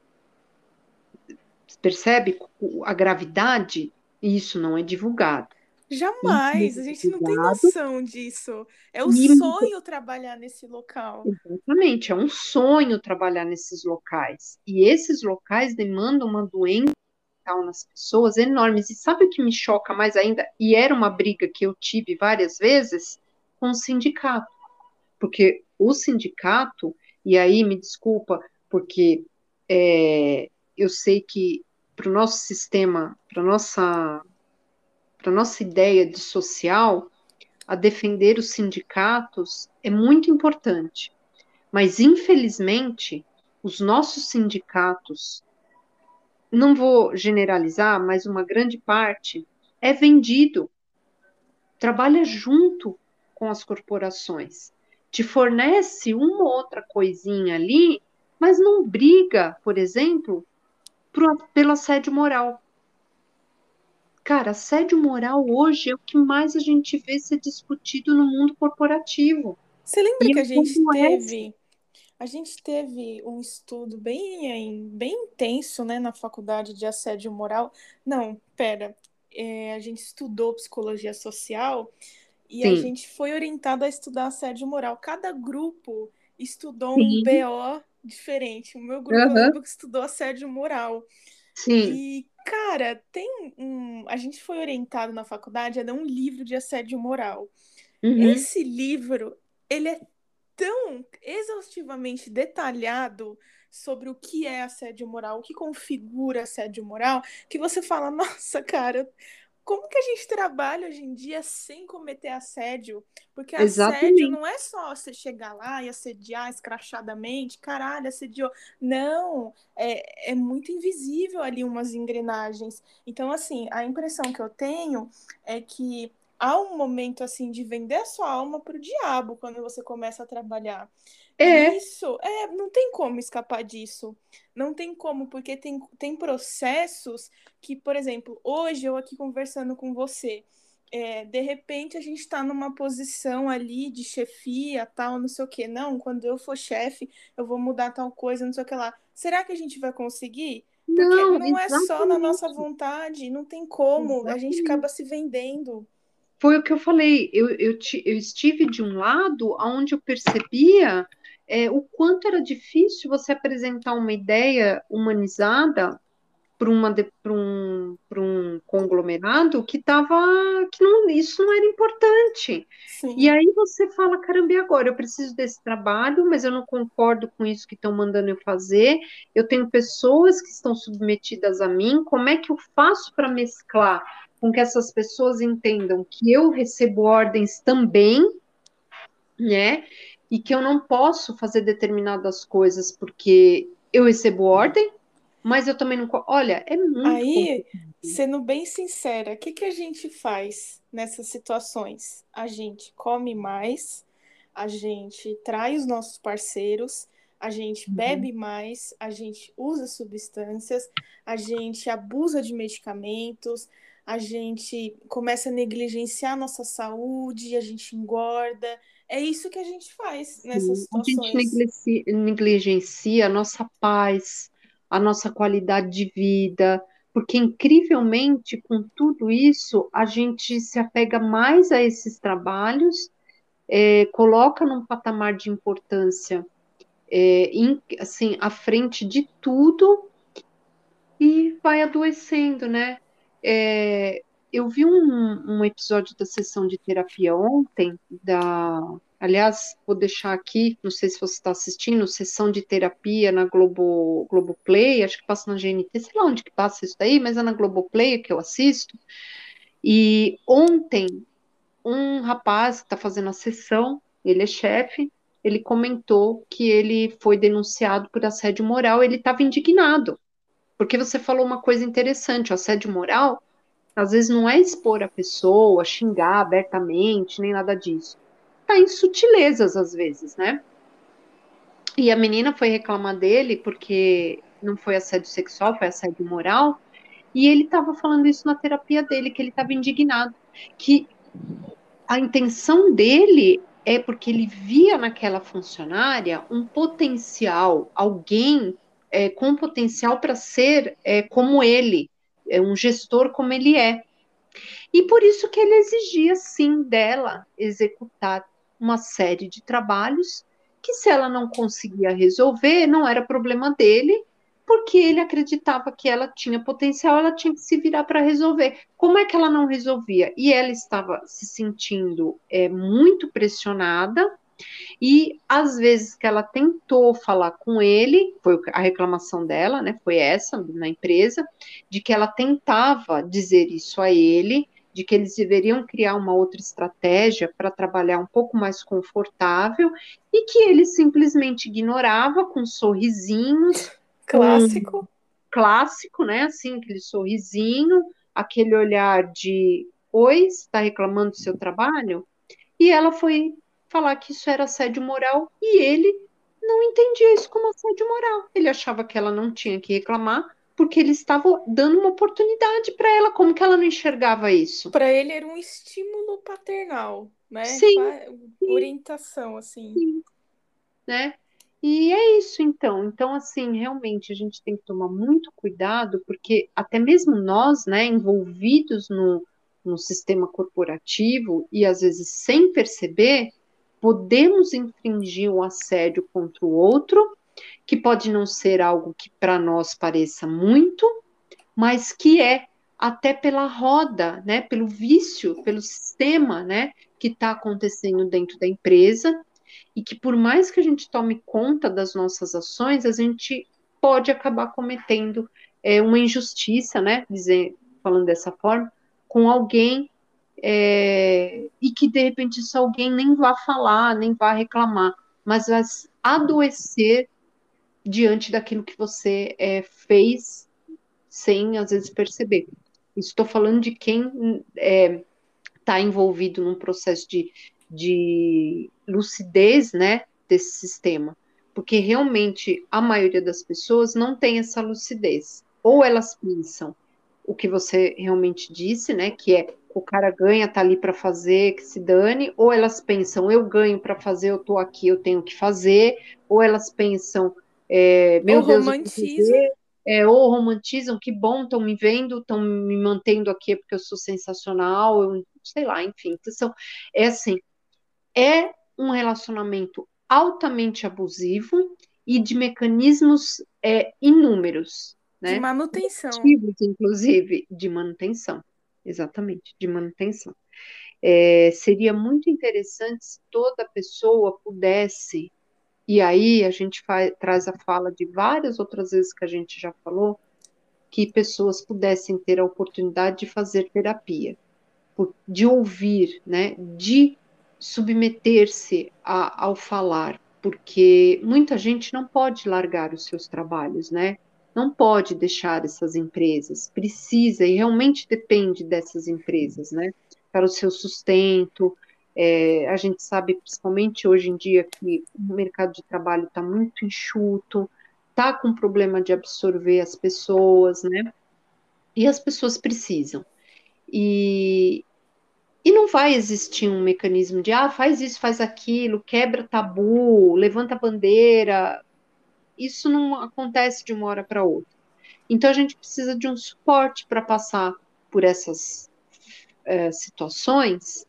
percebe a gravidade? Isso não é divulgado. Isso não Jamais, é a gente não tem divulgado noção disso. É o e sonho trabalhar nesse local. exatamente, é um sonho trabalhar nesses locais. E esses locais demandam uma doença mental nas pessoas enormes. E sabe o que me choca mais ainda? E era uma briga que eu tive várias vezes com o sindicato. Porque o sindicato, e aí me desculpa, porque eu sei que para o nosso sistema, para nossa ideia de social, a defender os sindicatos é muito importante, mas infelizmente os nossos sindicatos, não vou generalizar, mas uma grande parte é vendido, trabalha junto com as corporações, te fornece uma ou outra coisinha ali, mas não briga, por exemplo, pelo assédio moral. Cara, assédio moral hoje é o que mais a gente vê ser discutido no mundo corporativo. Você lembra E que é como essa. a gente teve um estudo bem intenso, né, na faculdade de assédio moral? Não, pera, a gente estudou psicologia social e a Sim, gente foi orientado a estudar assédio moral. Cada grupo estudou um sim, BO diferente. O meu grupo, eu aham, lembro que estudou assédio moral. sim, E, cara, a gente foi orientado na faculdade a ler um livro de assédio moral. uhum, Esse livro, ele é tão exaustivamente detalhado sobre o que é assédio moral, o que configura assédio moral, que você fala, nossa, cara, como que a gente trabalha hoje em dia sem cometer assédio? Porque assédio exatamente, não é só você chegar lá e assediar escrachadamente, caralho, assediou. Não, é muito invisível ali umas engrenagens. Então, assim, a impressão que eu tenho é que há um momento assim de vender a sua alma para o diabo quando você começa a trabalhar. E é, isso não tem como escapar disso. Não tem como, porque tem processos que, por exemplo, hoje eu aqui conversando com você, de repente a gente está numa posição ali de chefia, tal, não sei o quê. Não, quando eu for chefe, eu vou mudar tal coisa, não sei o que lá. Será que a gente vai conseguir? Porque não, não é só na nossa exatamente, vontade, não tem como, a gente acaba exatamente. se vendendo. Foi o que eu falei, eu estive de um lado onde eu percebia o quanto era difícil você apresentar uma ideia humanizada para um conglomerado que não, isso não era importante. E Sim. aí você fala, caramba, e agora? Eu preciso desse trabalho, mas eu não concordo com isso que estão mandando eu fazer. Eu tenho pessoas que estão submetidas a mim. Como é que eu faço para mesclar com que essas pessoas entendam que eu recebo ordens também, né? E que eu não posso fazer determinadas coisas porque eu recebo ordem, mas eu também não. Olha, é muito Aí, complicado. sendo bem sincera, o que que a gente faz nessas situações? A gente come mais, a gente trai os nossos parceiros, a gente Uhum. bebe mais, a gente usa substâncias, a gente abusa de medicamentos, a gente começa a negligenciar a nossa saúde, a gente engorda. É isso que a gente faz nessas Sim, a gente situações. negligencia a nossa paz, a nossa qualidade de vida, porque incrivelmente, com tudo isso, a gente se apega mais a esses trabalhos, coloca num patamar de importância, assim, à frente de tudo e vai adoecendo, né? É, eu vi um episódio da sessão de terapia ontem, aliás, vou deixar aqui, não sei se você está assistindo, sessão de terapia na Globoplay, acho que passa na GNT, sei lá onde que passa isso daí, mas é na Globoplay que eu assisto. E ontem, um rapaz que está fazendo a sessão, ele é chefe, ele comentou que ele foi denunciado por assédio moral, ele estava indignado. Porque você falou uma coisa interessante, o assédio moral, às vezes não é expor a pessoa, xingar abertamente, nem nada disso. Tá em sutilezas às vezes, né? E a menina foi reclamar dele porque não foi assédio sexual, foi assédio moral, e ele estava falando isso na terapia dele, que ele estava indignado, que a intenção dele é porque ele via naquela funcionária um potencial, alguém com potencial para ser como ele, um gestor como ele é. E por isso que ele exigia, sim, dela executar uma série de trabalhos que, se ela não conseguia resolver, não era problema dele, porque ele acreditava que ela tinha potencial, ela tinha que se virar para resolver. Como é que ela não resolvia? E ela estava se sentindo muito pressionada, e às vezes que ela tentou falar com ele, foi a reclamação dela, né? Foi essa na empresa, de que ela tentava dizer isso a ele, de que eles deveriam criar uma outra estratégia para trabalhar um pouco mais confortável e que ele simplesmente ignorava com sorrisinhos, com Clássico. clássico, né? Assim, aquele sorrisinho, aquele olhar de oi, está reclamando do seu trabalho? E ela foi falar que isso era assédio moral e ele não entendia isso como assédio moral. Ele achava que ela não tinha que reclamar porque ele estava dando uma oportunidade para ela. Como que ela não enxergava isso? Para ele era um estímulo paternal, né? Sim, sim, Orientação, assim. sim, né? E é isso, então. Então, assim, realmente a gente tem que tomar muito cuidado, porque até mesmo nós, né, envolvidos no sistema corporativo e às vezes sem perceber, podemos infringir um assédio contra o outro, que pode não ser algo que para nós pareça muito, mas que é até pela roda, né, pelo vício, pelo sistema, né, que está acontecendo dentro da empresa e que por mais que a gente tome conta das nossas ações, a gente pode acabar cometendo uma injustiça, né, falando dessa forma, com alguém e que de repente isso alguém nem vá falar, nem vá reclamar, mas vai adoecer diante daquilo que você fez sem às vezes perceber. Estou falando de quem está envolvido num processo de lucidez, né, desse sistema, porque realmente a maioria das pessoas não tem essa lucidez. Ou elas pensam o que você realmente disse, né, que é o cara ganha, tá ali para fazer, que se dane, ou elas pensam eu ganho para fazer, eu tô aqui, eu tenho que fazer, ou elas pensam Ou meu Deus, eu vou romantiza. fazer, ou romantizam, que bom, estão me vendo, estão me mantendo aqui porque eu sou sensacional, eu, sei lá, enfim. Então, assim, é um relacionamento altamente abusivo e de mecanismos inúmeros, De né? manutenção. Ativos, inclusive, de manutenção. Exatamente, de manutenção. Seria muito interessante se toda pessoa pudesse, e aí a gente traz a fala de várias outras vezes que a gente já falou, que pessoas pudessem ter a oportunidade de fazer terapia, de ouvir, né, de submeter-se ao falar, porque muita gente não pode largar os seus trabalhos, né? Não pode deixar essas empresas, precisa e realmente depende dessas empresas, né? Para o seu sustento. A gente sabe, principalmente hoje em dia, que o mercado de trabalho está muito enxuto, está com problema de absorver as pessoas, né? E as pessoas precisam. E, e não vai existir um mecanismo de, faz isso, faz aquilo, quebra tabu, levanta bandeira. Isso não acontece de uma hora para outra. Então a gente precisa de um suporte para passar por essas situações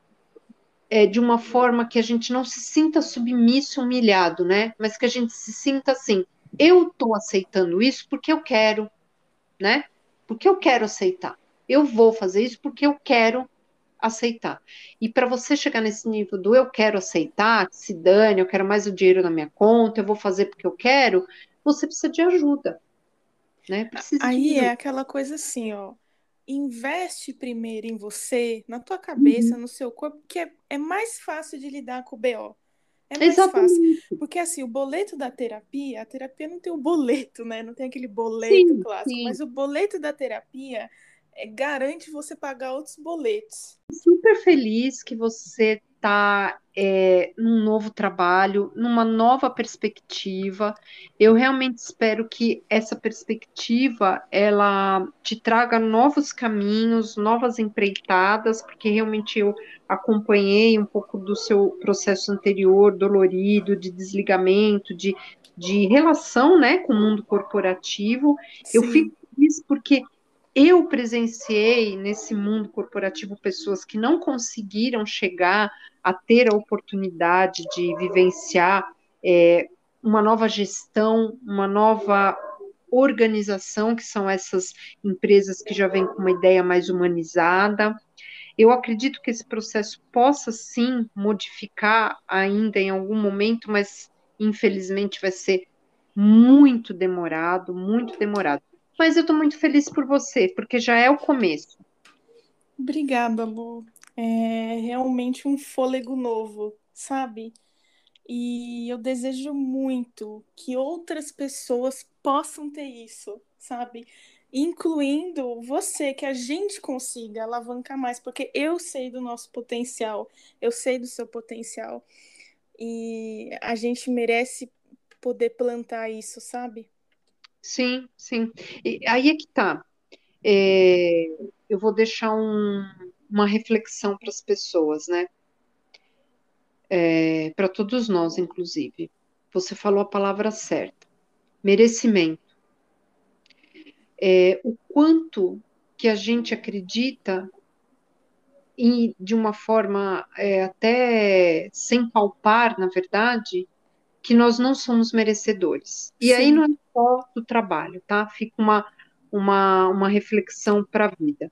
de uma forma que a gente não se sinta submisso, humilhado, né? Mas que a gente se sinta assim, eu estou aceitando isso porque eu quero, né? Porque eu quero aceitar. Eu vou fazer isso porque eu quero aceitar. E para você chegar nesse nível do eu quero aceitar, que se dane, eu quero mais o dinheiro na minha conta, eu vou fazer porque eu quero, você precisa de ajuda, né? Precisa de Aí é ajuda. aquela coisa assim, ó. Investe primeiro em você, na tua cabeça, Uhum. no seu corpo, que é mais fácil de lidar com o BO. É mais fácil. Exatamente. Porque assim, o boleto da terapia, a terapia não tem o boleto, né? Não tem aquele boleto Sim, clássico, sim. mas o boleto da terapia garante você pagar outros boletos. Super feliz que você está num novo trabalho, numa nova perspectiva. Eu realmente espero que essa perspectiva ela te traga novos caminhos, novas empreitadas, porque realmente eu acompanhei um pouco do seu processo anterior, dolorido, de desligamento, de relação, né, com o mundo corporativo. Eu fico Sim. feliz porque eu presenciei nesse mundo corporativo pessoas que não conseguiram chegar a ter a oportunidade de vivenciar uma nova gestão, uma nova organização, que são essas empresas que já vêm com uma ideia mais humanizada. Eu acredito que esse processo possa sim modificar ainda em algum momento, mas infelizmente vai ser muito demorado, muito demorado. Mas eu estou muito feliz por você, porque já é o começo. Obrigada, Lu. É realmente um fôlego novo, sabe? E eu desejo muito que outras pessoas possam ter isso, sabe? Incluindo você, que a gente consiga alavancar mais, porque eu sei do nosso potencial, eu sei do seu potencial, e a gente merece poder plantar isso, sabe? Sim, sim. E aí é que tá. É, eu vou deixar uma reflexão para as pessoas, né? Para todos nós, inclusive. Você falou a palavra certa. Merecimento. O quanto que a gente acredita e de uma forma até sem palpar, na verdade, que nós não somos merecedores. E aí não Sim. é só do trabalho, tá? Fica uma reflexão para a vida.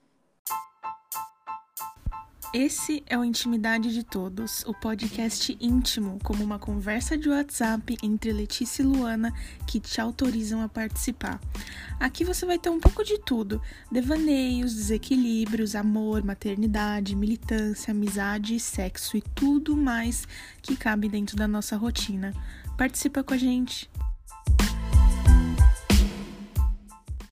Esse é o Intimidade de Todos, o podcast íntimo, como uma conversa de WhatsApp entre Letícia e Luana que te autorizam a participar. Aqui você vai ter um pouco de tudo: devaneios, desequilíbrios, amor, maternidade, militância, amizade, sexo e tudo mais que cabe dentro da nossa rotina. Participa com a gente!